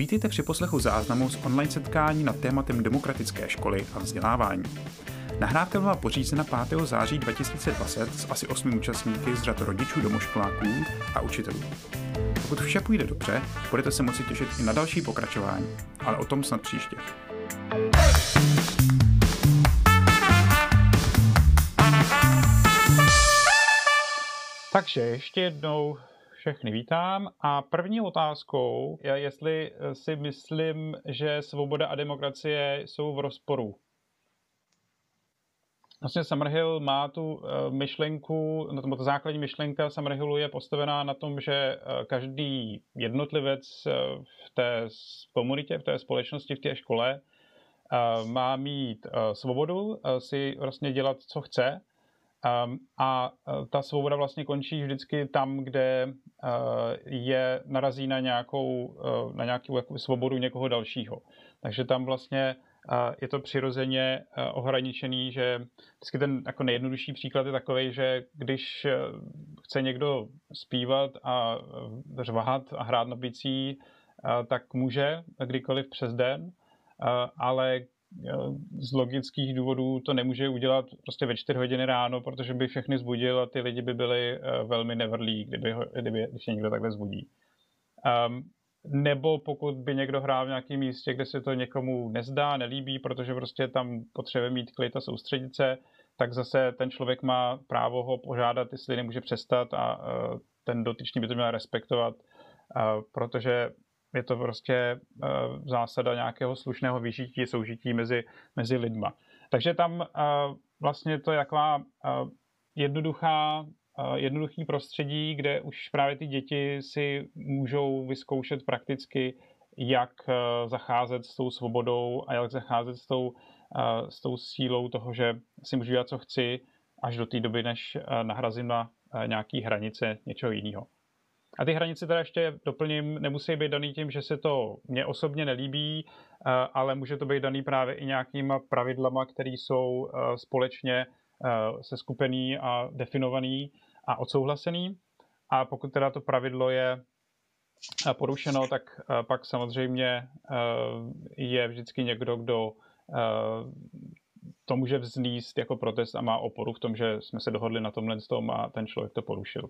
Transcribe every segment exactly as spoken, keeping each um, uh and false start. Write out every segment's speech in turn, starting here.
Vítejte při poslechu záznamu z online setkání nad tématem demokratické školy a vzdělávání. Nahrávka byla pořízena pátého září dva tisíce dvacet s asi osmi účastníky z řad rodičů, domoškoláků a učitelů. Pokud vše půjde dobře, budete se moci těšit i na další pokračování, ale o tom snad příště. Takže ještě jednou všechny vítám a první otázkou je, jestli si myslím, že svoboda a demokracie jsou v rozporu. Vlastně Summerhill má tu myšlenku, nebo ta základní myšlenka Summerhillu je postavená na tom, že každý jednotlivec v té komunitě, v té společnosti, v té škole má mít svobodu si vlastně dělat, co chce. A ta svoboda vlastně končí vždycky tam, kde je narazí na nějakou, na nějakou jako svobodu někoho dalšího. Takže tam vlastně je to přirozeně ohraničený, že vždycky ten jako nejjednodušší příklad je takový, že když chce někdo zpívat a řvát a hrát na bicí, tak může kdykoliv přes den, ale z logických důvodů to nemůže udělat prostě ve čtyři hodiny ráno, protože by všechny zbudil a ty lidi by byli velmi nevrlí, kdyby, ho, kdyby když je někdo takhle zbudí. Um, nebo pokud by někdo hrál v nějakém místě, kde se to někomu nezdá, nelíbí, protože prostě tam potřebuje mít klid a soustředit se, tak zase ten člověk má právo ho požádat, jestli nemůže přestat a uh, ten dotyčný by to měl respektovat, uh, protože je to prostě uh, zásada nějakého slušného vyžití, soužití mezi, mezi lidma. Takže tam uh, vlastně to je taková uh, jednoduchá, uh, jednoduchý prostředí, kde už právě ty děti si můžou vyzkoušet prakticky, jak uh, zacházet s tou svobodou a jak zacházet s tou, uh, s tou sílou toho, že si můžu dělat, co chci, až do té doby, než uh, nahrazím na uh, nějaký hranice něčeho jiného. A ty hranice teda ještě doplním, nemusí být daný tím, že se to mně osobně nelíbí, ale může to být daný právě i nějakýma pravidlama, které jsou společně seskupený a definovaný a odsouhlasený. A pokud teda to pravidlo je porušeno, tak pak samozřejmě je vždycky někdo, kdo to může vznést jako protest a má oporu v tom, že jsme se dohodli na tomhle tom a ten člověk to porušil.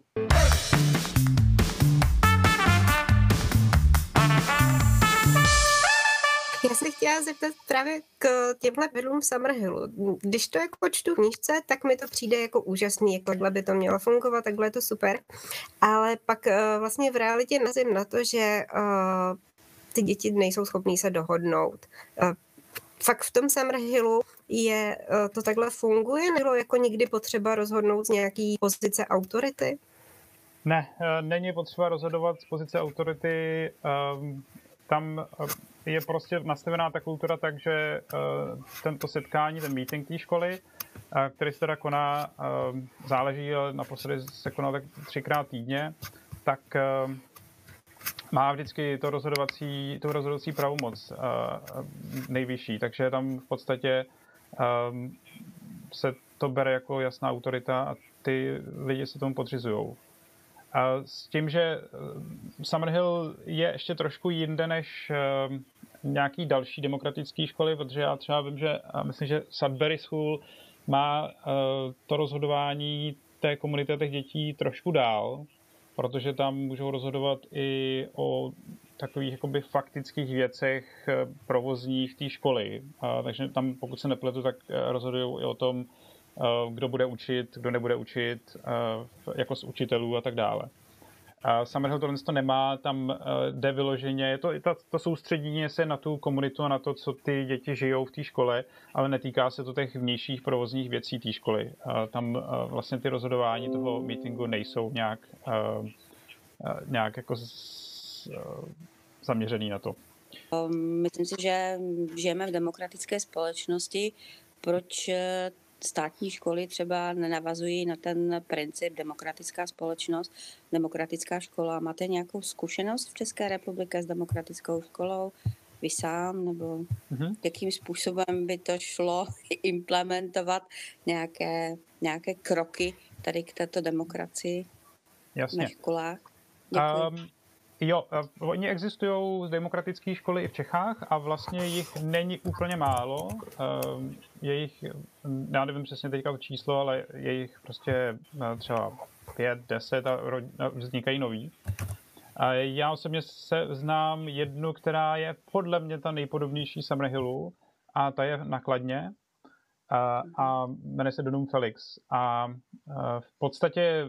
Já se chtěla zeptat právě k těmhle pravidlům Summerhillu. Když to jako čtu v knížce, tak mi to přijde jako úžasný, jako takhle by to mělo fungovat, takhle je to super. Ale pak uh, vlastně v realitě nazím na to, že uh, ty děti nejsou schopní se dohodnout. Uh, fakt v tom Summerhillu je, uh, to takhle funguje, nebo jako někdy potřeba rozhodnout z nějaký pozice autority? Ne, není potřeba rozhodovat z pozice autority. Um, tam je prostě nastavená ta kultura tak, že uh, tento setkání, ten meeting té školy, uh, který se teda koná, uh, záleží, ale naposledy se koná tak třikrát týdně, tak uh, má vždycky to rozhodovací, tu rozhodovací pravomoc uh, nejvyšší, takže tam v podstatě um, se to bere jako jasná autorita a ty lidi se tomu podřizujou. A s tím, že Summerhill je ještě trošku jinde než uh, nějaký další demokratické školy, protože já třeba vím, že myslím, že Sudbury School má uh, to rozhodování té komunity těch dětí trošku dál, protože tam můžou rozhodovat i o takových jakoby faktických věcech provozních té školy. Uh, takže tam, pokud se nepletu, tak rozhodují i o tom, kdo bude učit, kdo nebude učit, jako z učitelů a tak dále. Summerhill tohle to nemá, tam jde vyloženě, je to, to, to soustředění se na tu komunitu a na to, co ty děti žijou v té škole, ale netýká se to těch vnějších provozních věcí té školy. Tam vlastně ty rozhodování toho meetingu nejsou nějak, nějak jako zaměřený na to. Myslím si, že žijeme v demokratické společnosti. Proč státní školy třeba nenavazují na ten princip demokratická společnost, demokratická škola? Máte nějakou zkušenost v České republice s demokratickou školou? Vy sám? Nebo mm-hmm. jakým způsobem by to šlo implementovat nějaké, nějaké kroky tady k této demokracii Jasně. na školách? Um, Jo, uh, oni existují demokratické školy i v Čechách a vlastně jich není úplně málo. Uh, je jich, já nevím přesně teďka to číslo, ale je jich prostě uh, třeba pět, deset a, ro, a vznikají nový. A já osobně se znám jednu, která je podle mě ta nejpodobnější Summerhillu a ta je na Kladně a, a jmenuje se Donum Felix. A, a v podstatě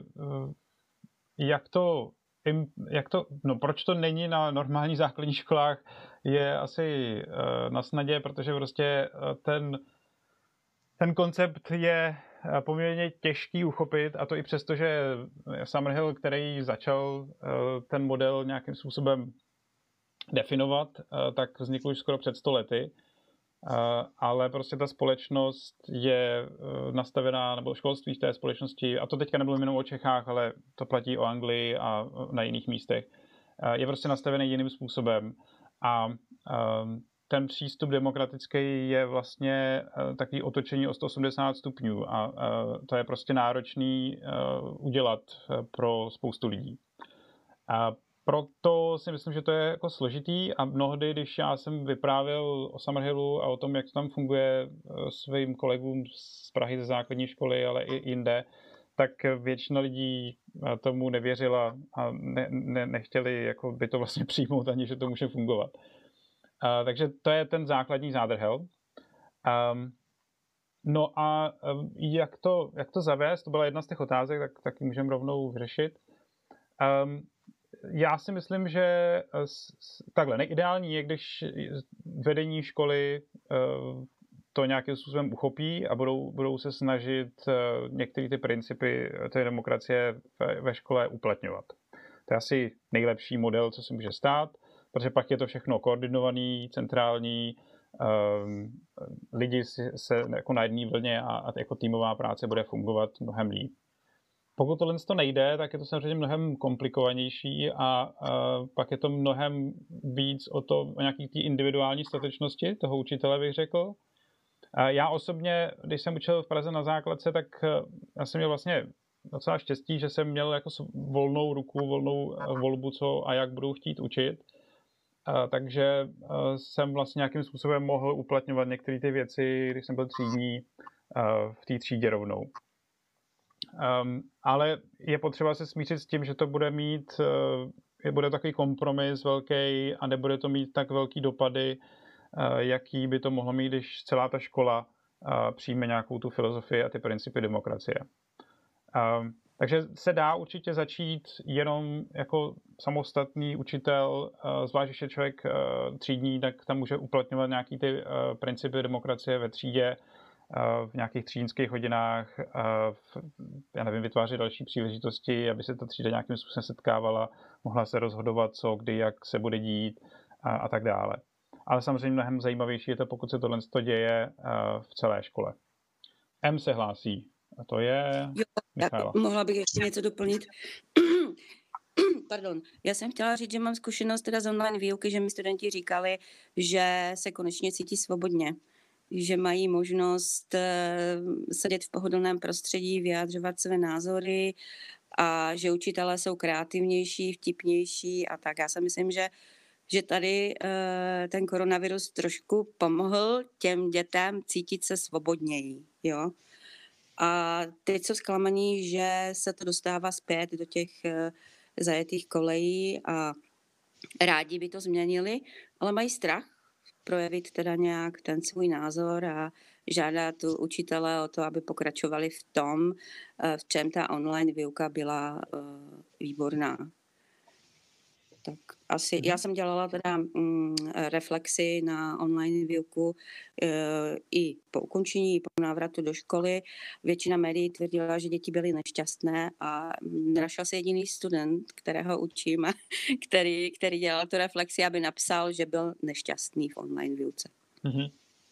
jak to, jak to, no proč to není na normálních základních školách, je asi na snadě, protože prostě ten, ten koncept je poměrně těžký uchopit, a to i přesto, že Summerhill, který začal ten model nějakým způsobem definovat, tak vznikl už skoro před sto lety, ale prostě ta společnost je nastavená, nebo školství v té společnosti, a to teďka nebylo jenom o Čechách, ale to platí o Anglii a na jiných místech, je prostě nastavený jiným způsobem a ten přístup demokratický je vlastně takový otočení o sto osmdesát stupňů a to je prostě náročný udělat pro spoustu lidí. A proto si myslím, že to je jako složitý a mnohdy, když já jsem vyprávěl o Summerhillu a o tom, jak to tam funguje svým kolegům z Prahy ze základní školy, ale i jinde, tak většina lidí tomu nevěřila a ne, ne, nechtěli jako by to vlastně přijmout ani, že to může fungovat. Uh, takže to je ten základní zádrhel. Um, no a um, jak, to, jak to zavést, to byla jedna z těch otázek, tak taky můžeme rovnou vyřešit. Um, já si myslím, že takhle, nejideální je, když vedení školy uh, to nějakým způsobem uchopí a budou, budou se snažit uh, některé ty principy té demokracie ve, ve škole uplatňovat. To je asi nejlepší model, co se může stát, protože pak je to všechno koordinovaný, centrální, um, lidi se jako na jedné vlně a, a jako týmová práce bude fungovat mnohem líp. Pokud tohle to nejde, tak je to samozřejmě mnohem komplikovanější a, a pak je to mnohem víc o, to, o nějaký té individuální statečnosti toho učitele, bych řekl. A já osobně, když jsem učil v Praze na základce, tak já jsem měl vlastně docela štěstí, že jsem měl jako volnou ruku, volnou volbu, co a jak budu chtít učit. A, takže a, jsem vlastně nějakým způsobem mohl uplatňovat některé ty věci, když jsem byl třídní, a, v té třídě rovnou. Um, ale je potřeba se smířit s tím, že to bude mít, uh, bude takový kompromis velký a nebude to mít tak velký dopady, uh, jaký by to mohlo mít, když celá ta škola uh, přijme nějakou tu filozofii a ty principy demokracie. Um, takže se dá určitě začít jenom jako samostatný učitel, uh, zvlášť když je člověk uh, třídní, tak tam může uplatňovat nějaký ty uh, principy demokracie ve třídě, v nějakých třídnických hodinách, v, já nevím, vytvářet další příležitosti, aby se ta třída nějakým způsobem setkávala, mohla se rozhodovat, co, kdy, jak se bude dít a, a tak dále. Ale samozřejmě mnohem zajímavější je to, pokud se tohle děje v celé škole. M se hlásí. A to je jo, Michála. Mohla bych ještě něco doplnit. Pardon, já jsem chtěla říct, že mám zkušenost teda z online výuky, že mi studenti říkali, že se konečně cítí svobodně, že mají možnost sedět v pohodlném prostředí, vyjádřovat své názory a že učitelé jsou kreativnější, vtipnější a tak. Já si myslím, že, že tady ten koronavirus trošku pomohl těm dětem cítit se svobodněji. Jo? A teď jsou zklamaní, že se to dostává zpět do těch zajetých kolejí a rádi by to změnili, ale mají strach projevit teda nějak ten svůj názor a žádat tu učitele o to, aby pokračovali v tom, v čem ta online výuka byla výborná. Tak asi, já jsem dělala teda mm, reflexy na online výuku e, i po ukončení, i po návratu do školy. Většina médií tvrdila, že děti byly nešťastné a nenašel se jediný student, kterého učím, který, který dělal tu reflexi, aby napsal, že byl nešťastný v online výuce. Mm-hmm.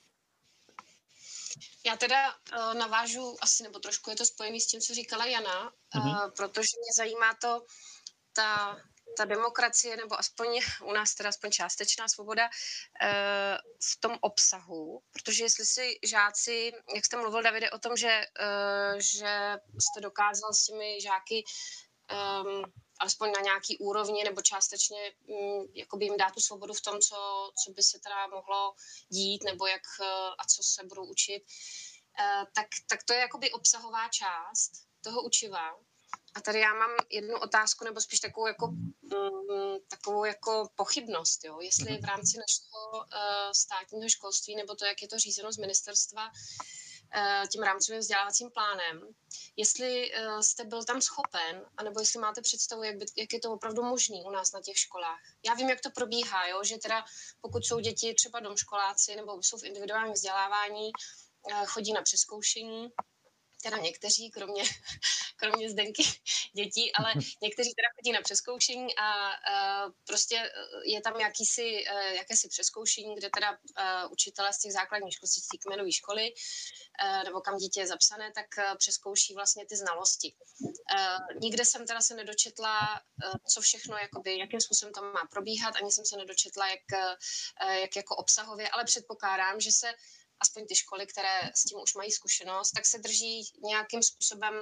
Já teda uh, navážu asi, nebo trošku je to spojený s tím, co říkala Jana, mm-hmm. uh, protože mě zajímá to, ta ta demokracie, nebo aspoň u nás teda aspoň částečná svoboda uh, v tom obsahu, protože jestli si žáci, jak jste mluvil, Davide, o tom, že, uh, že jste dokázal s těmi žáky um, alespoň na nějaký úrovni nebo částečně um, jakoby jim dát tu svobodu v tom, co, co by se teda mohlo dít nebo jak a co se budou učit, uh, tak, tak to je jakoby obsahová část toho učiva. A tady já mám jednu otázku, nebo spíš takovou jako, um, takovou jako pochybnost, jo? Jestli v rámci našeho uh, státního školství, nebo to, jak je to řízeno z ministerstva, uh, tím rámcovým vzdělávacím plánem, jestli uh, jste byl tam schopen, anebo jestli máte představu, jak, by, jak je to opravdu možný u nás na těch školách. Já vím, jak to probíhá, jo? Že teda pokud jsou děti třeba domškoláci, nebo jsou v individuálním vzdělávání, uh, chodí na přezkoušení, teda někteří, kromě, kromě Zdenky dětí, ale někteří teda chodí na přezkoušení a uh, prostě je tam jakýsi, uh, jakési přezkoušení, kde teda uh, učitelé z těch základních škol, z té kmenové školy, uh, nebo kam dítě je zapsané, tak uh, přezkouší vlastně ty znalosti. Uh, nikde jsem teda se nedočetla, uh, co všechno, jakoby, jakým způsobem to má probíhat, ani jsem se nedočetla, jak, uh, jak jako obsahově, ale předpokládám, že se aspoň ty školy, které s tím už mají zkušenost, tak se drží nějakým způsobem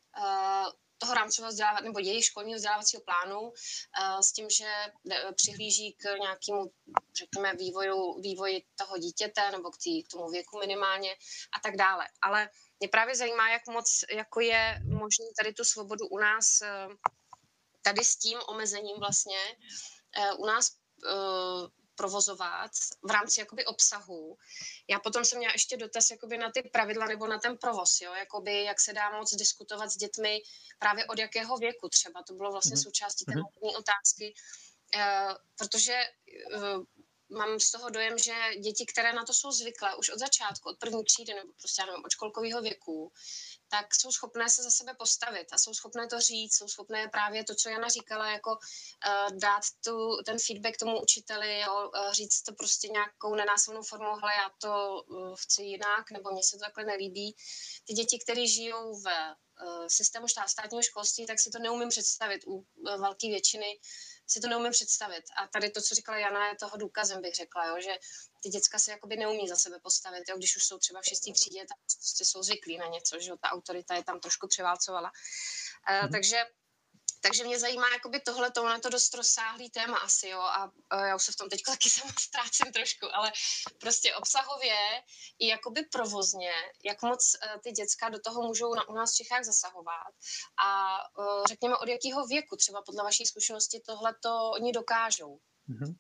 uh, toho rámcového vzdělávání, nebo jejich školního vzdělávacího plánu uh, s tím, že přihlíží k nějakému, řekněme, vývoju, vývoji toho dítěte nebo k, tý, k tomu věku minimálně a tak dále. Ale mě právě zajímá, jak moc jako je možné tady tu svobodu u nás, uh, tady s tím omezením vlastně, uh, u nás uh, provozovat v rámci jakoby obsahu. Já potom jsem měla ještě dotaz jakoby na ty pravidla nebo na ten provoz, jo? Jakoby, jak se dá moc diskutovat s dětmi právě od jakého věku třeba. To bylo vlastně mm-hmm. součástí té mm-hmm. otázky, uh, protože uh, mám z toho dojem, že děti, které na to jsou zvyklé už od začátku, od první třídy nebo prostě nevím, od školkového věku, tak jsou schopné se za sebe postavit a jsou schopné to říct, jsou schopné právě to, co Jana říkala, jako uh, dát tu, ten feedback tomu učiteli, jo, uh, říct to prostě nějakou nenásilnou formou, hele, já to uh, chci jinak, nebo mně se to takhle nelíbí. Ty děti, které žijou v uh, systému státního školství, tak si to neumím představit u uh, velké většiny, si to neumím představit. A tady to, co říkala Jana, je toho důkazem, bych řekla, jo, že ty děcka se jakoby neumí za sebe postavit, jo, když už jsou třeba v šestý třídě, tak prostě jsou zvyklí na něco, že jo, ta autorita je tam trošku převálcovala. Uh, mm. takže, takže mě zajímá jakoby tohle, tohle to dost rozsáhlý téma asi, jo, a uh, já už se v tom teď taky sama ztrácím trošku, ale prostě obsahově i jakoby provozně, jak moc uh, ty děcka do toho můžou na, u nás v Čechách zasahovat a uh, řekněme od jakého věku, třeba podle vaší zkušenosti, tohle to oni dokážou. Mm-hmm.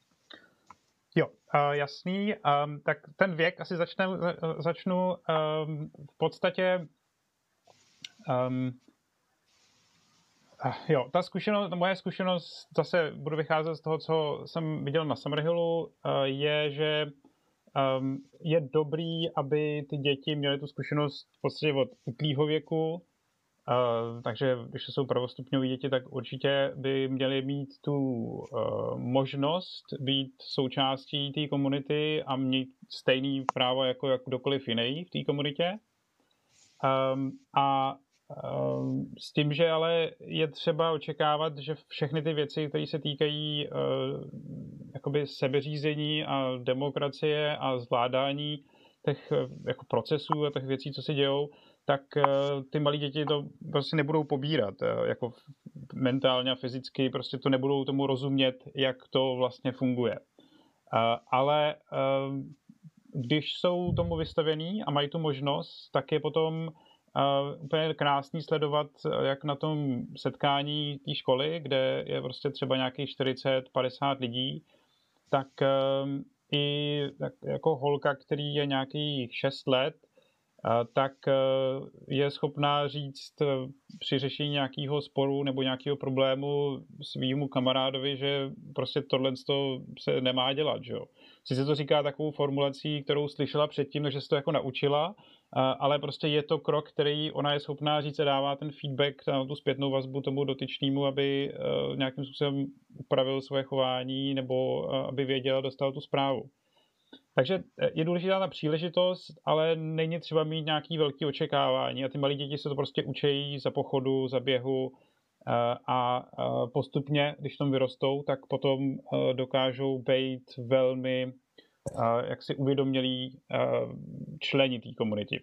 Jo, uh, jasný. Um, tak ten věk asi začne, začnu um, v podstatě um, uh, jo, ta zkušenost, ta moje zkušenost, zase budu vycházet z toho, co jsem viděl na Summerhillu, uh, je, že um, je dobrý, aby ty děti měly tu zkušenost v podstatě od útlýho věku. Uh, takže když jsou prvostupňoví děti, tak určitě by měli mít tu uh, možnost být součástí té komunity a mít stejný právo jako, jako kdokoliv jiný v té komunitě. Um, a um, s tím, že ale je třeba očekávat, že všechny ty věci, které se týkají uh, jakoby sebeřízení a demokracie a zvládání těch jako procesů a těch věcí, co se dějou, tak ty malí děti to prostě nebudou pobírat, jako mentálně a fyzicky, prostě to nebudou tomu rozumět, jak to vlastně funguje. Ale když jsou tomu vystavěný a mají tu možnost, tak je potom úplně krásný sledovat, jak na tom setkání té školy, kde je prostě třeba nějakých čtyřicet padesát lidí, tak i jako holka, který je nějakých šest let, tak je schopná říct při řešení nějakého sporu nebo nějakého problému svýmu kamarádovi, že prostě tohle se nemá dělat, že jo. Sice to říká takovou formulací, kterou slyšela předtím, takže se to jako naučila, ale prostě je to krok, který ona je schopná říct a dává ten feedback, tu zpětnou vazbu tomu dotyčnému, aby nějakým způsobem upravil svoje chování nebo aby věděl a dostal tu zprávu. Takže je důležitá ta příležitost, ale není třeba mít nějaké velké očekávání a ty malí děti se to prostě učí za pochodu, za běhu a postupně, když tam vyrostou, tak potom dokážou být velmi jaksi uvědomělí členi té komunity.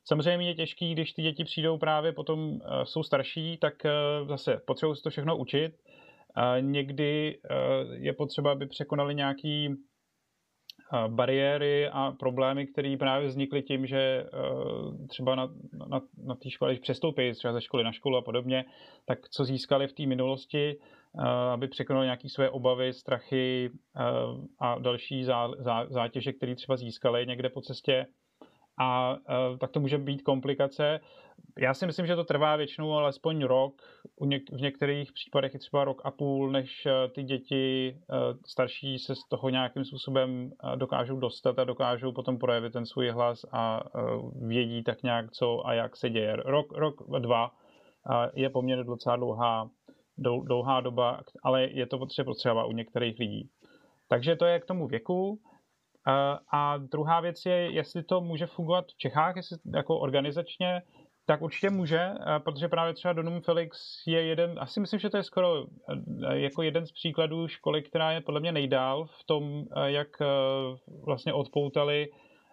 samozřejmě je těžký, když ty děti přijdou právě potom, jsou starší, tak zase potřebují si to všechno učit. Někdy je potřeba, aby překonali nějaký bariéry a problémy, které právě vznikly tím, že třeba na, na, na té škole, když přestoupí třeba ze školy na školu a podobně, tak co získali v té minulosti, aby překonali nějaké své obavy, strachy a další zá, zá, zátěže, které třeba získali někde po cestě. A tak to může být komplikace. Já si myslím, že to trvá většinou alespoň rok, u něk- v některých případech i třeba rok a půl, než ty děti starší se z toho nějakým způsobem dokážou dostat a dokážou potom projevit ten svůj hlas a vědí tak nějak, co a jak se děje. Rok, rok, dva je poměrně docela dlouhá, dlouhá doba, ale je to potřeba, potřeba u některých lidí. Takže to je k tomu věku. A druhá věc je, jestli to může fungovat v Čechách, jestli jako organizačně, tak určitě může, protože právě třeba Donum Felix je jeden, asi myslím, že to je skoro jako jeden z příkladů školy, která je podle mě nejdál v tom, jak vlastně odpoutali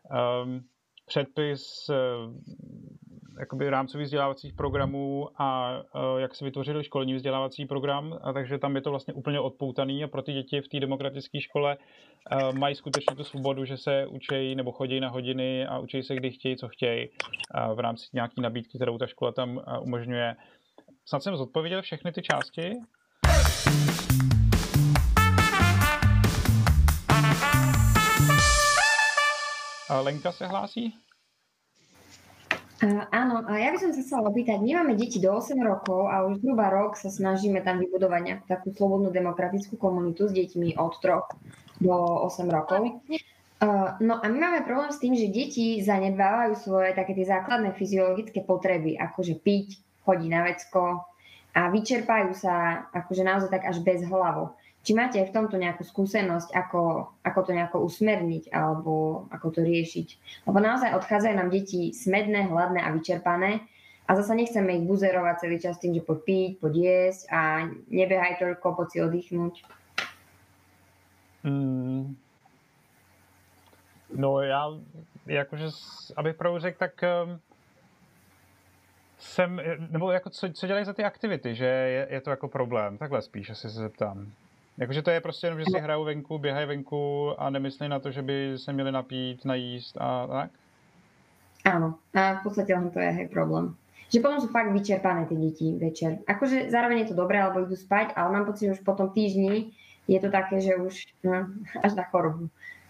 předpis jakoby rámcových vzdělávacích programů a jak se vytvořil školní vzdělávací program, a takže tam je to vlastně úplně odpoutaný a pro ty děti v té demokratické škole mají skutečně tu svobodu, že se učí nebo chodí na hodiny a učí se, kdy chtějí, co chtějí v rámci nějaký nabídky, kterou ta škola tam umožňuje. Snad jsem zodpověděl všechny ty části. Lenka se hlásí? Uh, áno, a ja by som sa chcela opýtať, my máme deti do osem rokov a už zhruba rok sa snažíme tam vybudovať nejakú takú slobodnú demokratickú komunitu s deťmi od troch do osem rokov. Uh, no a my máme problém s tým, že deti zanedbávajú svoje také tie základné fyziologické potreby, akože piť, chodiť na vecko a vyčerpajú sa akože naozaj tak až bez hlavo. Či máte v tomto nejakú skúsenosť, ako, ako to nejako usmerniť alebo ako to riešiť? Lebo naozaj odchádzajú nám deti smedné, hladné a vyčerpané a zasa nechceme ich buzerovať celý čas tým, že poď piť, poď jesť a nebehaj toľko, poď si oddychnúť. Hmm. No já, jakože, abych pravdu řekl, tak um, jsem, nebo jako co, co dělají za ty aktivity, že je, je to jako problém, takhle spíš, asi se zeptám. Jakože to je prostě jenom, že si hrajou venku, běhají venku a nemyslí na to, že by se měli napít, najíst a tak? Áno, a v podstate len to je hej, problém. Že potom sú fakt vyčerpané tie deti večer. Akože zároveň je to dobré, alebo idú spať, ale mám pocit, že už potom týždni je to také, že už no, až na chorobu.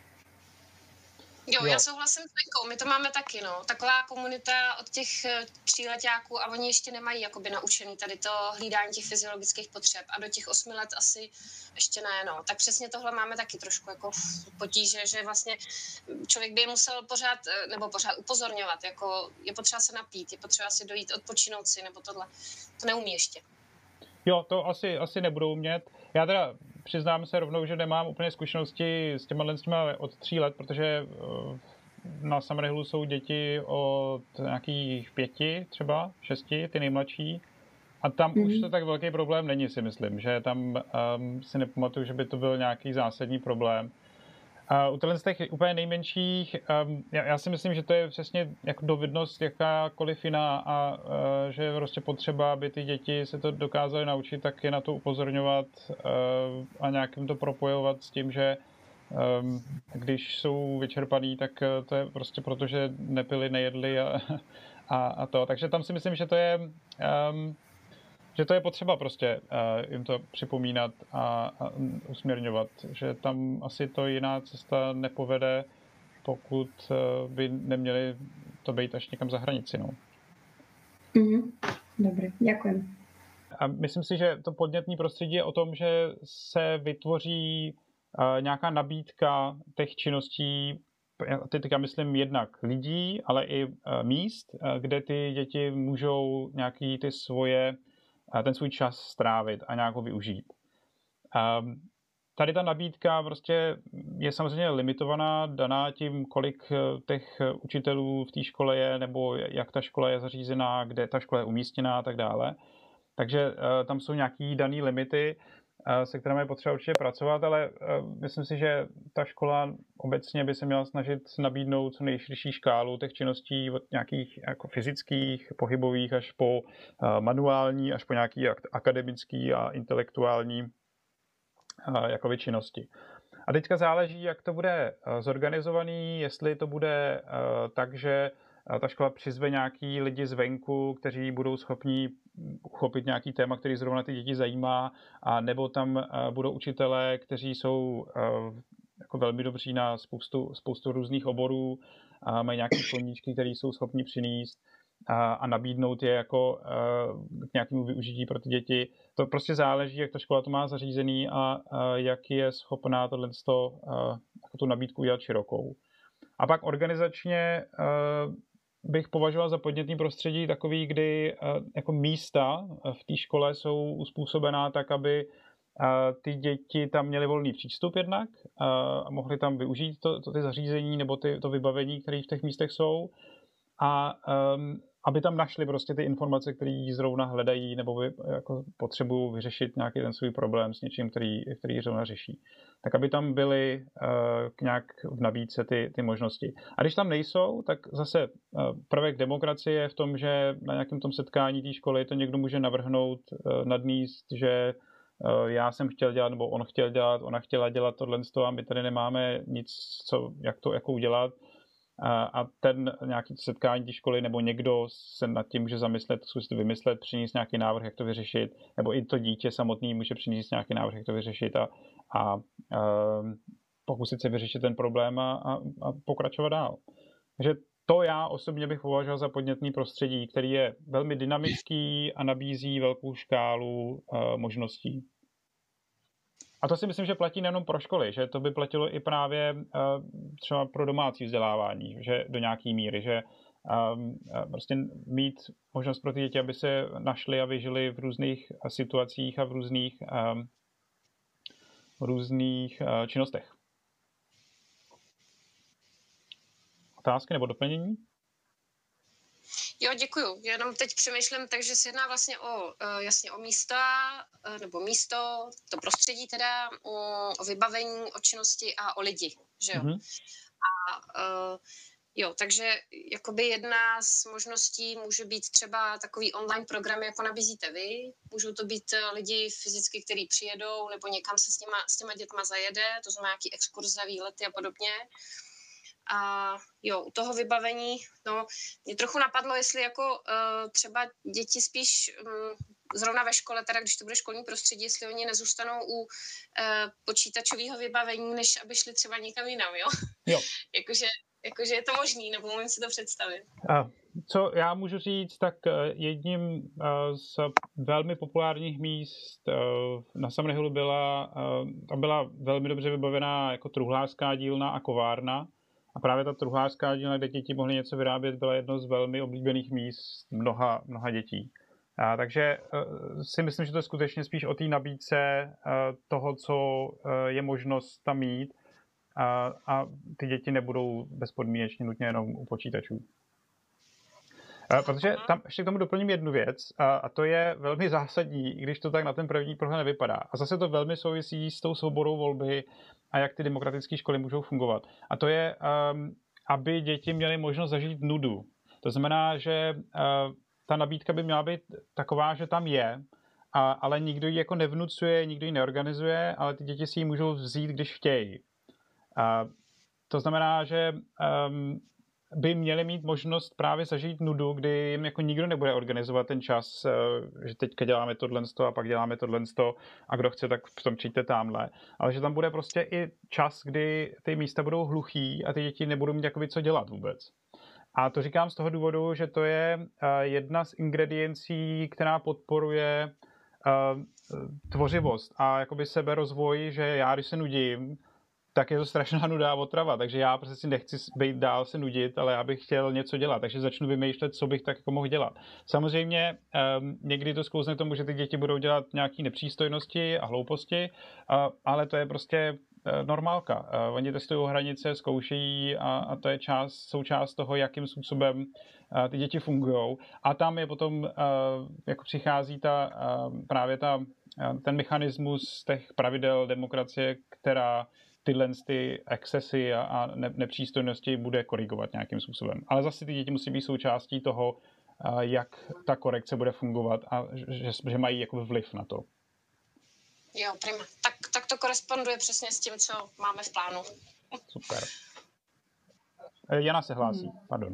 Jo, já souhlasím s Lenkou, my to máme taky, no. Taková komunita od těch tříletáků a oni ještě nemají jakoby naučený tady to hlídání těch fyziologických potřeb a do těch osmi let asi ještě ne, no. Tak přesně tohle máme taky trošku jako potíže, že vlastně člověk by je musel pořád, nebo pořád upozorňovat, jako je potřeba se napít, je potřeba si dojít, odpočinout si, nebo tohle. To neumí ještě. Jo, to asi, asi nebudou umět. Já teda přiznám se rovnou, že nemám úplně zkušenosti s těma, s těma od tří let, protože na Summer Hillu jsou děti od nějakých pěti, třeba šesti, ty nejmladší. A tam mm-hmm. už to tak velký problém není, si myslím, že tam um, si nepamatuju, že by to byl nějaký zásadní problém. Uh, u z těch úplně nejmenších, um, já, já si myslím, že to je přesně jako dovednost jakákoliv jiná a uh, že je prostě potřeba, aby ty děti se to dokázaly naučit, tak je na to upozorňovat uh, a nějakým to propojovat s tím, že um, když jsou vyčerpaný, tak uh, to je prostě proto, že nepili, nejedli a, a, a to. Takže tam si myslím, že to je... Um, že to je potřeba prostě uh, jim to připomínat a, a usměrňovat, že tam asi to jiná cesta nepovede, pokud uh, by neměli to být až někam za hranici. No. Mm-hmm. Dobre, ďakujem. A myslím si, že to podnětné prostředí je o tom, že se vytvoří uh, nějaká nabídka těch činností, teďka myslím jednak lidí, ale i uh, míst, uh, kde ty děti můžou nějaký ty svoje ten svůj čas strávit a nějak ho využít. Um, tady ta nabídka prostě je samozřejmě limitovaná, daná tím, kolik těch učitelů v té škole je, nebo jak ta škola je zařízená, kde ta škola je umístěná a tak dále. Takže uh, tam jsou nějaký daný limity. se kterými je potřeba určitě pracovat, ale myslím si, že ta škola obecně by se měla snažit nabídnout co nejširší škálu těch činností od nějakých jako fyzických, pohybových až po manuální, až po nějaký akademický a intelektuální jakoby činnosti. A teďka záleží, jak to bude zorganizovaný, jestli to bude tak, že ta škola přizve nějaký lidi zvenku, kteří budou schopni uchopit nějaký téma, který zrovna ty děti zajímá, a nebo tam budou učitelé, kteří jsou jako velmi dobří na spoustu, spoustu různých oborů, a mají nějaké koníčky, které jsou schopni přinést a, a nabídnout je jako k nějakému využití pro ty děti. To prostě záleží, jak ta škola to má zařízený a, a jak je schopná tohleto, jako tu nabídku udělat širokou. A pak organizačně bych považoval za podnětný prostředí takový, kdy jako místa v té škole jsou uspůsobená tak, aby ty děti tam měly volný přístup jednak a mohly tam využít to, to ty zařízení nebo ty, to vybavení, které v těch místech jsou, a um, aby tam našli prostě ty informace, které zrovna hledají nebo vy, jako potřebují vyřešit nějaký ten svůj problém s něčím, který, který zrovna řeší. Tak aby tam byly uh, nějak v nabídce ty, ty možnosti. A když tam nejsou, tak zase uh, prvek demokracie je v tom, že na nějakém tom setkání té školy to někdo může navrhnout, uh, nadníst, že uh, já jsem chtěl dělat, nebo on chtěl dělat, ona chtěla dělat tohle a my tady nemáme nic, co, jak to jako udělat. A ten nějaký setkání té školy nebo někdo se nad tím může zamyslet, zkusit vymyslet, přinést nějaký návrh, jak to vyřešit, nebo i to dítě samotný může přinést nějaký návrh, jak to vyřešit a, a, a pokusit se vyřešit ten problém a, a, a pokračovat dál. Takže to já osobně bych považoval za podnětný prostředí, který je velmi dynamický a nabízí velkou škálu uh, možností. A to si myslím, že platí nejenom pro školy, že to by platilo i právě uh, třeba pro domácí vzdělávání, že do nějaký míry, že um, prostě mít možnost pro ty děti, aby se našli a vyžili v různých situacích a v různých, um, v různých uh, činnostech. Otázky nebo doplnění? Jo, děkuju. Jenom teď přemýšlím, takže se jedná vlastně o, jasně o místa, nebo místo, to prostředí teda, o vybavení, o činnosti a o lidi, že jo. Mm-hmm. A jo, takže jakoby jedna z možností může být třeba takový online program, jako nabízíte vy. Můžou to být lidi fyzicky, kteří přijedou, nebo někam se s těma, s těma dětma zajede, to znamená nějaký exkurze, výlety a podobně. A jo, u toho vybavení, no, mě trochu napadlo, jestli jako uh, třeba děti spíš um, zrovna ve škole, teda když to bude školní prostředí, jestli oni nezůstanou u uh, počítačového vybavení, než aby šli třeba někam jinam, jo? Jo. jakože, jakože je to možný, nebo umím si to představit. A co já můžu říct, tak jedním z velmi populárních míst na Summerhillu byla, tam byla velmi dobře vybavená jako truhlářská dílna a kovárna. A právě ta truhlářská dílna, kde děti mohly něco vyrábět, byla jedno z velmi oblíbených míst mnoha, mnoha dětí. A takže uh, si myslím, že to je skutečně spíš o té nabídce uh, toho, co uh, je možnost tam mít, a, a ty děti nebudou bezpodmínečně nutně jenom u počítačů. Uh, protože tam ještě k tomu doplním jednu věc, uh, a to je velmi zásadní, i když to tak na ten první pohled nevypadá. A zase to velmi souvisí s tou svobodou volby a jak ty demokratické školy můžou fungovat. A to je, um, aby děti měly možnost zažít nudu. To znamená, že uh, ta nabídka by měla být taková, že tam je, a, ale nikdo ji jako nevnucuje, nikdo ji neorganizuje, ale ty děti si ji můžou vzít, když chtějí. Uh, to znamená, že um, by měli mít možnost právě zažít nudu, kdy jim jako nikdo nebude organizovat ten čas, že teďka děláme tohle a pak děláme tohle a kdo chce, tak v tom přijďte tamhle. Ale že tam bude prostě i čas, kdy ty místa budou hluchý a ty děti nebudou mít jakoby co dělat vůbec. A to říkám z toho důvodu, že to je jedna z ingrediencí, která podporuje tvořivost a jakoby seberozvoj, že já, když se nudím, tak je to strašná nuda a otrava, takže já prostě si nechci být dál se nudit, ale já bych chtěl něco dělat, takže začnu vymýšlet, co bych tak jako mohl dělat. Samozřejmě um, někdy to sklouzne k tomu, že ty děti budou dělat nějaké nepřístojnosti a hlouposti, uh, ale to je prostě normálka. Oni testují hranice, zkoušejí a, a to je část, součást toho, jakým způsobem ty děti fungují. A tam je potom, jako přichází ta, právě ta, ten mechanismus těch pravidel demokracie, která tyhle ty excesy a, a nepřístojnosti bude korigovat nějakým způsobem. Ale zase ty děti musí být součástí toho, jak ta korekce bude fungovat a že, že mají jako vliv na to. Jo, prima. Tak, tak to koresponduje přesně s tím, co máme v plánu. Super. Jana se hlásí, hmm. pardon.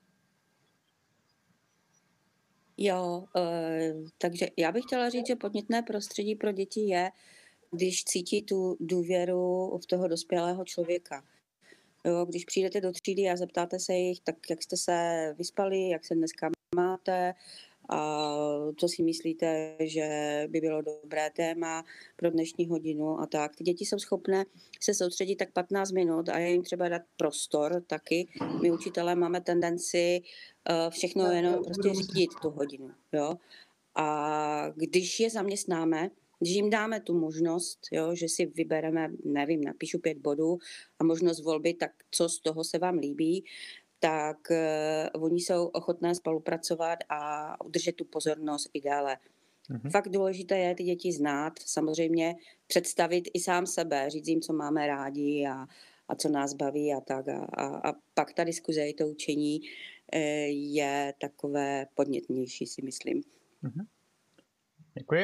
Jo, e, takže já bych chtěla říct, že podnětné prostředí pro děti je, když cítí tu důvěru v toho dospělého člověka. Jo, když přijdete do třídy a zeptáte se jich, tak jak jste se vyspali, jak se dneska máte a co si myslíte, že by bylo dobré téma pro dnešní hodinu a tak. Ty děti jsou schopné se soustředit tak patnáct minut a je jim třeba dát prostor taky. My učitelé máme tendenci všechno jenom prostě řídit tu hodinu. Jo? A když je zaměstnáme, když jim dáme tu možnost, jo, že si vybereme, nevím, napíšu pět bodů a možnost volby, tak co z toho se vám líbí, tak uh, oni jsou ochotné spolupracovat a udržet tu pozornost i dále. Mm-hmm. Fakt důležité je ty děti znát, samozřejmě představit i sám sebe, říct jim, co máme rádi a, a co nás baví a tak. A, a, a pak ta diskuze i to učení uh, je takové podnětnější, si myslím. Mm-hmm. Děkuji.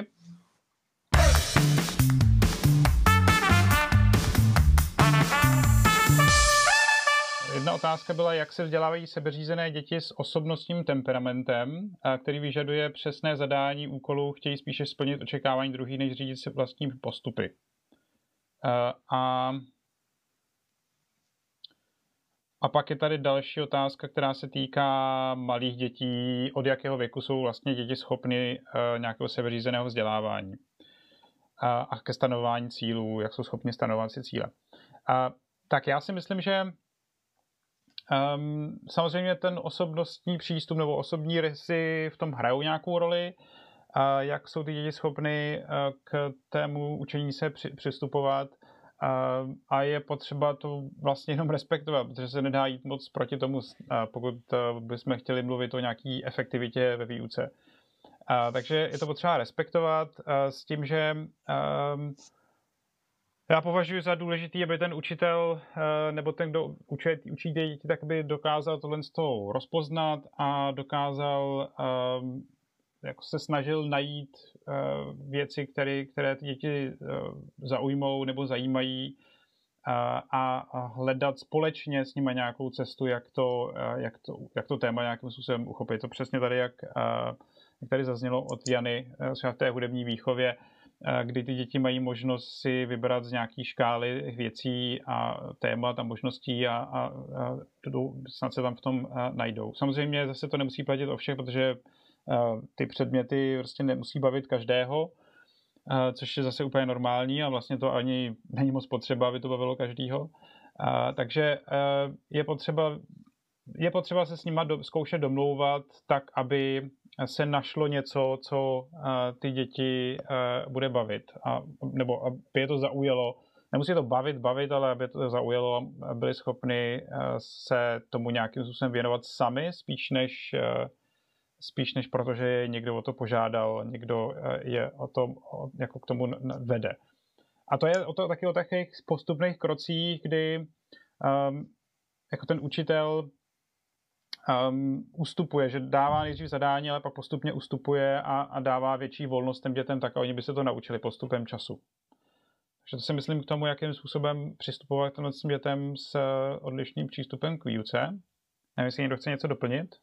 Jedna otázka byla, jak se vzdělávají sebeřízené děti s osobnostním temperamentem, který vyžaduje přesné zadání úkolů, chtějí spíše splnit očekávání druhých, než řídit se vlastními postupy. A, a pak je tady další otázka, která se týká malých dětí. Od jakého věku jsou vlastně děti schopny nějakého sebeřízeného vzdělávání a, a ke stanovování cílů, jak jsou schopni stanovovat si cíle. A, tak já si myslím, že Um, samozřejmě ten osobnostní přístup nebo osobní rysy v tom hrajou nějakou roli, a jak jsou ty děti schopny uh, k tému učení se při, přistupovat uh, a je potřeba to vlastně jenom respektovat, protože se nedá jít moc proti tomu, uh, pokud uh, bychom chtěli mluvit o nějaký efektivitě ve výuce. Uh, takže je to potřeba respektovat uh, s tím, že um, já považuji za důležitý, aby ten učitel nebo ten, kdo učí, učí děti, tak aby dokázal tohle z toho rozpoznat a dokázal, jako se snažil najít věci, které, které ty děti zaujmou nebo zajímají a hledat společně s nimi nějakou cestu, jak to, jak to, jak to téma nějakým způsobem uchopit. To přesně tady, jak, jak tady zaznělo od Jany v té hudební výchově, kdy ty děti mají možnost si vybrat z nějaký škály věcí a témat a možností a, a, a snad se tam v tom najdou. Samozřejmě zase to nemusí platit o všech, protože ty předměty prostě nemusí bavit každého, což je zase úplně normální a vlastně to ani není moc potřeba, aby to bavilo každýho. Takže je potřeba, je potřeba se s nima do, zkoušet domlouvat tak, aby se našlo něco, co uh, ty děti uh, bude bavit, a, nebo aby je to zaujalo. Nemusí to bavit, bavit, ale aby to zaujalo a byli schopni uh, se tomu nějakým způsobem věnovat sami, spíš než, uh, spíš než protože je někdo o to požádal, někdo uh, je o tom, o, jako k tomu vede. A to je o to, taky o takových postupných krocích, kdy um, jako ten učitel Um, ustupuje, že dává nejdřív zadání, ale pak postupně ustupuje a, a dává větší volnost těm dětem, tak a oni by se to naučili postupem času. Takže to si myslím k tomu, jakým způsobem přistupovat k těm dětem s odlišným přístupem k výuce. Nevím, jestli někdo chce něco doplnit.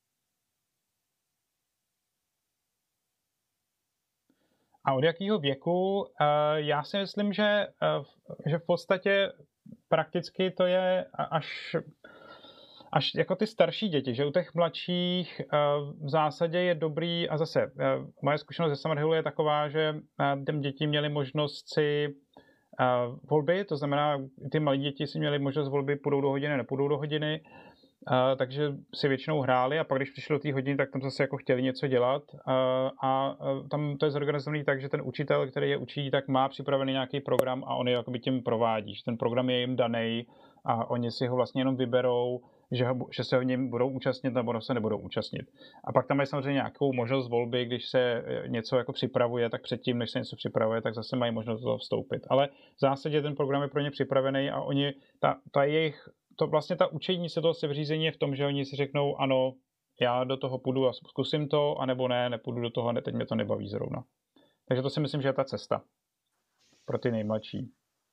A od jakého věku? Uh, já si myslím, že, uh, že v podstatě prakticky to je až... Až jako ty starší děti, že u těch mladších v zásadě je dobrý, a zase moje zkušenost ze Summerhillu je taková, že těm děti měly možnost si volby, to znamená, ty malí děti si měli možnost volby, půjdou do hodiny, nepůjdou do hodiny, Uh, takže si většinou hráli a pak, když přišlo do té hodiny, tak tam zase jako chtěli něco dělat uh, a uh, tam to je zorganizovaný tak, že ten učitel, který je učí, tak má připravený nějaký program a on je jakoby tím provádí. Že ten program je jim daný a oni si ho vlastně jenom vyberou, že, ho, že se v něm budou účastnit nebo se nebudou účastnit. A pak tam je samozřejmě nějakou možnost volby, když se něco jako připravuje, tak předtím, než se něco připravuje, tak zase mají možnost do toho vstoupit. Ale v zásadě ten program je pro ně připravený a oni, ta, ta jejich To vlastně ta učení se toho sebeřízení je v tom, že oni si řeknou, ano, já do toho půjdu a zkusím to, anebo ne, nepůjdu do toho, ne, teď mě to nebaví zrovna. Takže to si myslím, že je ta cesta pro ty nejmladší.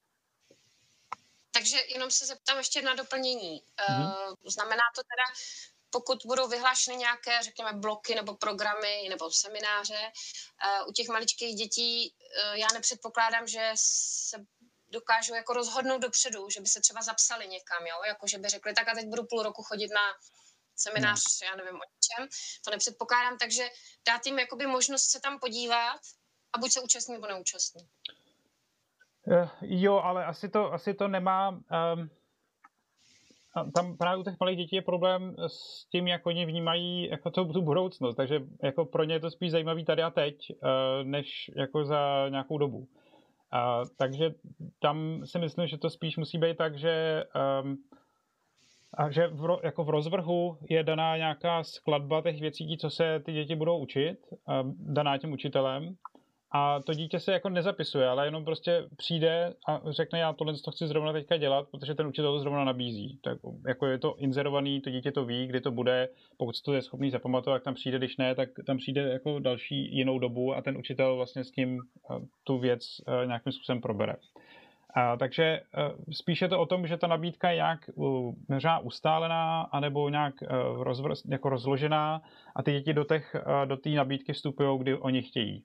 Takže jenom se zeptám ještě na doplnění. Mm-hmm. Uh, znamená to teda, pokud budou vyhlášeny nějaké, řekněme, bloky nebo programy nebo semináře uh, u těch maličkých dětí, uh, já nepředpokládám, že se dokážou jako rozhodnout dopředu, že by se třeba zapsali někam, jo? Jako, že by řekli, tak a teď budu půl roku chodit na seminář, no. já nevím o čem, to nepředpokládám, takže dát jim jakoby možnost se tam podívat a buď se účastní nebo neúčastní. Uh, jo, ale asi to, asi to nemá, um, tam právě u těch malých dětí je problém s tím, jak oni vnímají jako tu, tu budoucnost, takže jako pro ně je to spíš zajímavý tady a teď, uh, než jako za nějakou dobu. Uh, takže tam si myslím, že to spíš musí být tak, že, um, a že v, ro, jako v rozvrhu je daná nějaká skladba těch věcí, co se ty děti budou učit, um, daná tím učitelem. A to dítě se jako nezapisuje, ale jenom prostě přijde a řekne, já tohle to chci zrovna teďka dělat, protože ten učitel to zrovna nabízí. Tak jako je to inzerovaný, to dítě to ví, kdy to bude, pokud to je schopný zapamatovat, tam přijde, když ne, tak tam přijde jako další jinou dobu a ten učitel vlastně s tím tu věc nějakým způsobem probere. A, takže spíše to o tom, že ta nabídka je nějak možná ustálená anebo nějak rozvr, jako rozložená a ty děti do těch, do té nabídky vstupují, kdy oni chtějí.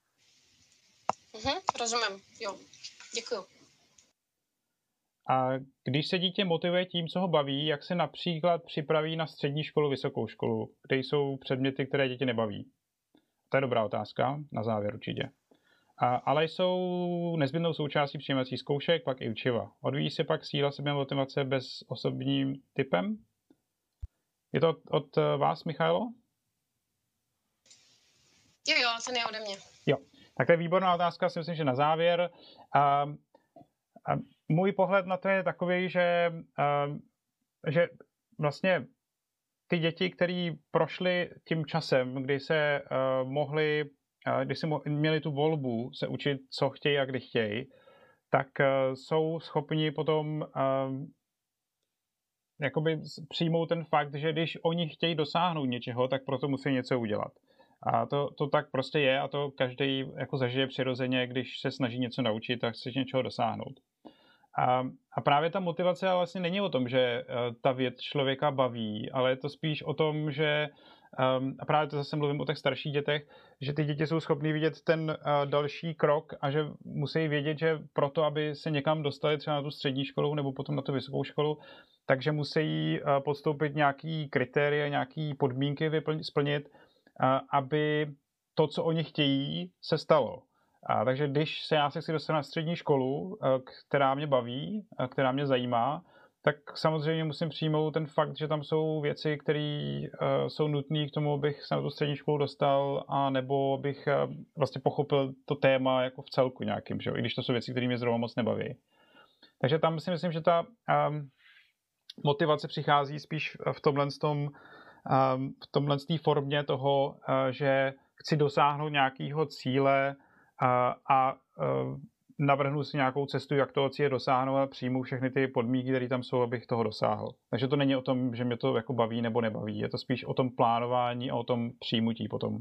Mhm, rozumím, jo. Děkuju. A když se dítě motivuje tím, co ho baví, jak se například připraví na střední školu, vysokou školu, kde jsou předměty, které děti nebaví? To je dobrá otázka, na závěr určitě. A, ale jsou nezbytnou součástí přijímacích zkoušek, pak i učiva. Odvíjí se pak síla sebemotivace bez osobním typem? Je to od, od vás, Michailo? Jo, jo, ten je ode mě. Jo. Tak to je výborná otázka, si myslím, že na závěr. A, a můj pohled na to je takový, že, a, že vlastně ty děti, které prošly tím časem, kdy se uh, mohli, uh, kdy si mo- měli tu volbu se učit, co chtějí a kdy chtějí, tak uh, jsou schopni potom uh, jakoby přijmout ten fakt, že když oni chtějí dosáhnout něčeho, tak proto musí něco udělat. A to, to tak prostě je a to každý jako zažije přirozeně, když se snaží něco naučit a chce něčeho dosáhnout. A, a právě ta motivace vlastně není o tom, že uh, ta věc člověka baví, ale je to spíš o tom, že um, a právě to zase mluvím o těch starších dětech, že ty děti jsou schopný vidět ten uh, další krok a že musí vědět, že proto, aby se někam dostali třeba na tu střední školu nebo potom na tu vysokou školu, takže musí uh, podstoupit nějaký kritéria, nějaký podmínky vyplň, splnit, aby to, co oni chtějí, se stalo. A takže když se já se chci dostat na střední školu, která mě baví, která mě zajímá, tak samozřejmě musím přijmout ten fakt, že tam jsou věci, které uh, jsou nutné k tomu, abych se na tu střední školu dostal, a nebo bych uh, vlastně pochopil to téma jako v celku nějakým, že? I když to jsou věci, které mě zrovna moc nebaví. Takže tam si myslím, že ta um, motivace přichází spíš v tomhle tom, um, v tomhle té formě toho, uh, že chci dosáhnout nějakého cíle uh, a uh, navrhnu si nějakou cestu, jak toho cíle dosáhnout, a přijmu všechny ty podmínky, které tam jsou, abych toho dosáhl. Takže to není o tom, že mě to jako baví nebo nebaví. Je to spíš o tom plánování a o tom přijmutí potom.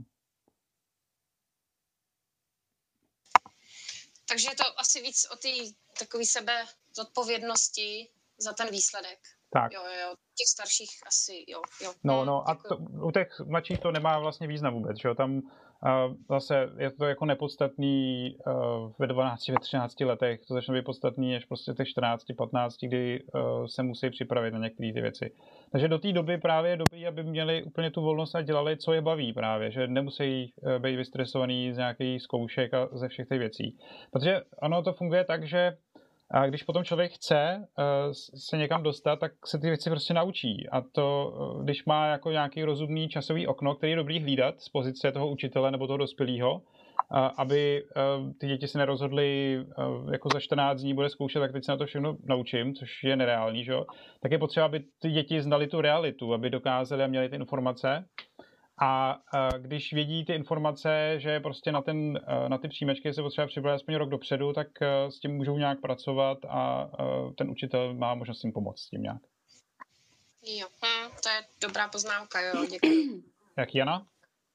Takže je to asi víc o té takové sebe zodpovědnosti za ten výsledek. Tak. Jo, jo, těch starších asi, jo, jo. No, no, a to, u těch mladších to nemá vlastně význam vůbec, že jo, tam uh, zase je to jako nepodstatný uh, ve dvanácti, ve třinácti letech, to začne být podstatný až prostě těch čtrnácti, patnácti, kdy uh, se musí připravit na některé ty věci. Takže do té doby právě je dobrý, aby měli úplně tu volnost a dělali, co je baví právě, že nemusí uh, být vystresovaný z nějakých zkoušek a ze všech těch věcí. Protože ono to funguje tak, že A když potom člověk chce uh, se někam dostat, tak se ty věci prostě naučí. A to, uh, když má jako nějaký rozumný časový okno, který je dobrý hlídat z pozice toho učitele nebo toho dospělého, uh, aby uh, ty děti se nerozhodly, uh, jako za čtrnáct dní bude zkoušet, tak teď se na to všechno naučím, což je nereálný, že jo? Tak je potřeba, aby ty děti znali tu realitu, aby dokázali a měli ty informace. A uh, když vědí ty informace, že prostě na, ten, uh, na ty příjmečky se potřeba připravit aspoň rok dopředu, tak uh, s tím můžou nějak pracovat a uh, ten učitel má možnost jim pomoct s tím nějak. Jo, hm, to je dobrá poznámka, jo, děkuji. Jak Jana?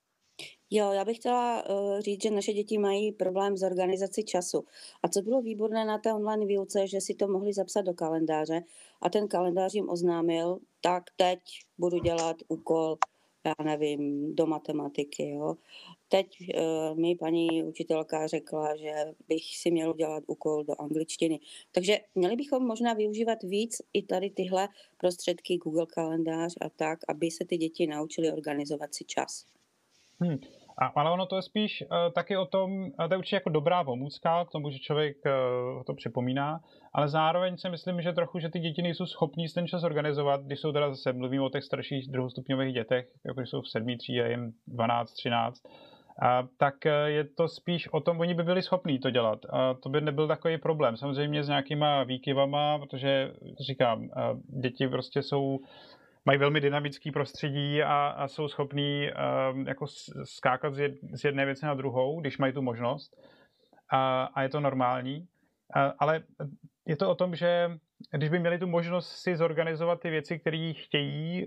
Jo, já bych chtěla uh, říct, že naše děti mají problém s organizací času. A co bylo výborné na té online výuce, že si to mohli zapsat do kalendáře a ten kalendář jim oznámil, tak teď budu dělat úkol, já nevím, do matematiky, jo. Teď uh, mi paní učitelka řekla, že bych si měl udělat úkol do angličtiny. Takže měli bychom možná využívat víc i tady tyhle prostředky, Google kalendář a tak, aby se ty děti naučily organizovat si čas. Hmm. A, ale ono to je spíš uh, taky o tom, uh, to je určitě jako dobrá pomůcka k tomu, že člověk uh, to připomíná, ale zároveň si myslím, že trochu, že ty děti nejsou schopní ten čas organizovat, když jsou teda zase, mluvím o těch starších druhostupňových dětech, jako jsou v sedmý třídě, jim dvanáct, třináct, a tak je to spíš o tom, oni by byli schopní to dělat. A to by nebyl takový problém. Samozřejmě s nějakýma výkyvama, protože říkám, děti prostě jsou, mají velmi dynamický prostředí a, a jsou schopní um, jako skákat z, jed, z jedné věci na druhou, když mají tu možnost. A, a je to normální. A, ale je to o tom, že když by měli tu možnost si zorganizovat ty věci, které chtějí,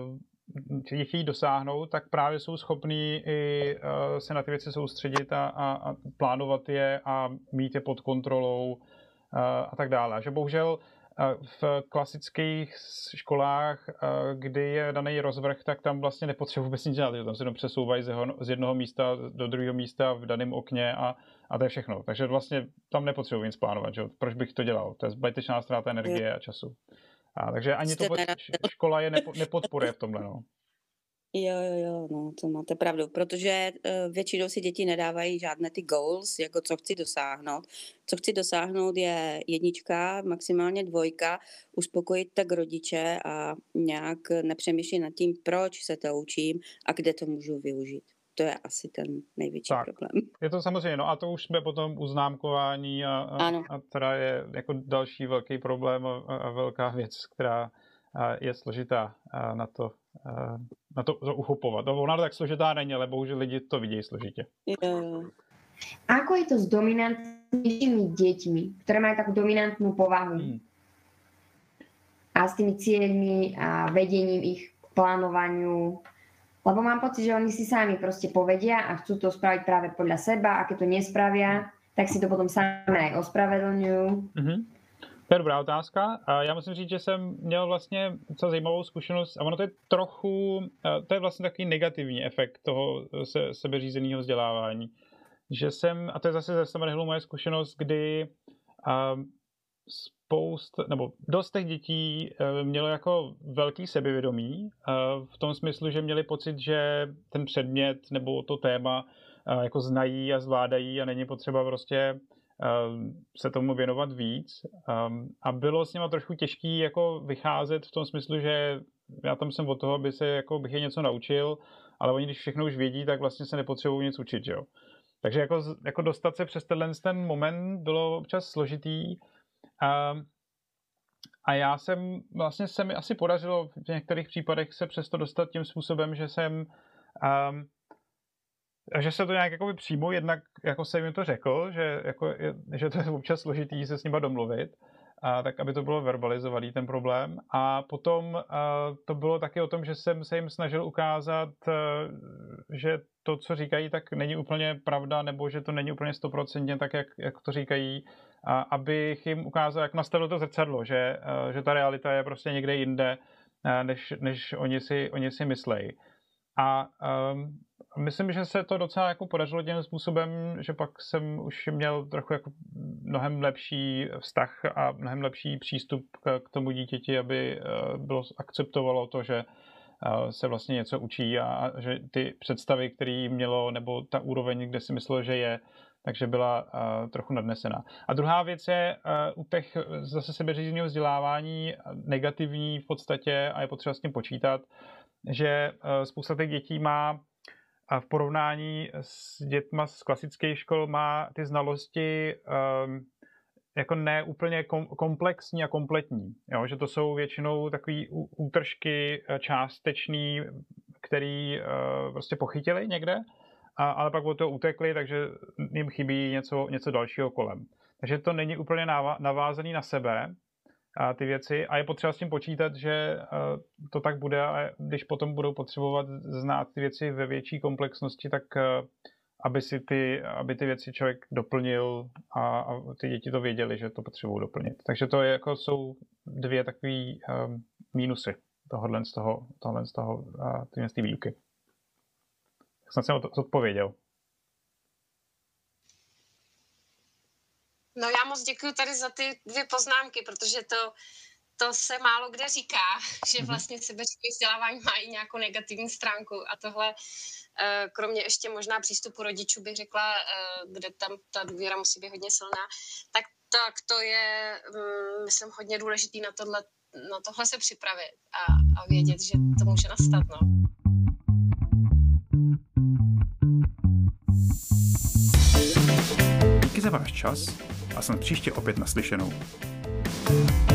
uh, chtějí dosáhnout, tak právě jsou schopní i uh, se na ty věci soustředit a, a, a plánovat je a mít je pod kontrolou uh, a tak dále. A že bohužel v klasických školách, kdy je daný rozvrh, tak tam vlastně nepotřebuji vůbec nic dělat. Tam se jenom přesouvají z jednoho místa do druhého místa v daném okně a, a to je všechno. Takže vlastně tam nepotřebuji nic plánovat. Že? Proč bych to dělal? To je zbytečná ztráta energie a času. A, takže ani to škola je nepo, nepodporuje v tomhle. No. Jo, jo, jo, no, to máte pravdu, protože uh, většinou si děti nedávají žádné ty goals, jako co chci dosáhnout. Co chci dosáhnout je jednička, maximálně dvojka, uspokojit tak rodiče a nějak nepřemýšlet nad tím, proč se to učím a kde to můžu využít. To je asi ten největší tak, problém. Je to samozřejmě, no a to už jsme potom uznámkování a, a, a teda je jako další velký problém a, a velká věc, která je složitá na to, na to, to uchopovat. No, ona tak složitá není, ale bohužel lidi to vidějí složitě. Jo. Ako je to s dominantnými deťmi, ktoré majú takú dominantnú povahu? Hmm. A s tými cieľmi a vedením ich k plánovaniu? Lebo mám pocit, že oni si sami proste povedia a chcú to spraviť práve podľa seba, a keď to nespravia, tak si to potom sami aj ospravedlňujú. Mm-hmm. To je dobrá otázka. Já musím říct, že jsem měl vlastně docela zajímavou zkušenost a ono to je trochu, to je vlastně takový negativní efekt toho se, sebeřízeného vzdělávání. Že jsem, a to je zase ze Summerhillu moje zkušenost, kdy spoust, nebo dost těch dětí mělo jako velký sebevědomí v tom smyslu, že měli pocit, že ten předmět nebo to téma jako znají a zvládají a není potřeba prostě se tomu věnovat víc. A bylo s nima trošku těžký jako vycházet v tom smyslu, že já tam jsem od toho, aby se, jako, bych je něco naučil, ale oni, když všechno už vědí, tak vlastně se nepotřebují nic učit, jo. Takže jako, jako dostat se přes tenhle ten moment bylo občas složitý. A, a já jsem, vlastně se mi asi podařilo v některých případech se přesto dostat tím způsobem, že jsem um, že se to nějak jako přijmu, jednak jako jsem jim to řekl, že, jako, že to je občas složitý se s nima domluvit, a tak aby to bylo verbalizovaný ten problém. A potom a to bylo taky o tom, že jsem se jim snažil ukázat, že to, co říkají, tak není úplně pravda, nebo že to není úplně stoprocentně tak, jak, jak to říkají, a abych jim ukázal, jak nastavilo to zrcadlo, že, že ta realita je prostě někde jinde, než, než oni si, oni si myslejí. A um, myslím, že se to docela jako podařilo tím způsobem, že pak jsem už měl trochu jako mnohem lepší vztah a mnohem lepší přístup k, k tomu dítěti, aby uh, bylo akceptovalo to, že uh, se vlastně něco učí a, a že ty představy, které mělo, nebo ta úroveň, kde si myslel, že je, takže byla uh, trochu nadnesená. A druhá věc je uh, u těch zase sebeřízeného vzdělávání negativní v podstatě a je potřeba s tím počítat, že uh, spousta těch dětí má a v porovnání s dětma z klasických škol má ty znalosti um, jako ne úplně kom, komplexní a kompletní. Jo? Že to jsou většinou takový útržky částečný, který uh, prostě pochytili někde, a, ale pak od toho utekli, takže jim chybí něco, něco dalšího kolem. Takže to není úplně navázaný na sebe, a ty věci, a je potřeba s tím počítat, že uh, to tak bude, a když potom budou potřebovat znát ty věci ve větší komplexnosti, tak uh, aby si ty, aby ty věci člověk doplnil a, a ty děti to věděli, že to potřebují doplnit. Takže to je, jako jsou dvě takový um, mínusy tohohle z toho, tohohle z toho uh, z té výuky. Tak snad jsem to odpověděl. No já moc děkuji tady za ty dvě poznámky, protože to, to se málo kde říká, že vlastně sebeřízené vzdělávání má i nějakou negativní stránku a tohle, kromě ještě možná přístupu rodičů, bych řekla, kde tam ta důvěra musí být hodně silná, tak, tak to je, myslím, hodně důležitý na tohle, na tohle se připravit a, a vědět, že to může nastat. No. Díky za váš čas a snad příště opět naslyšenou.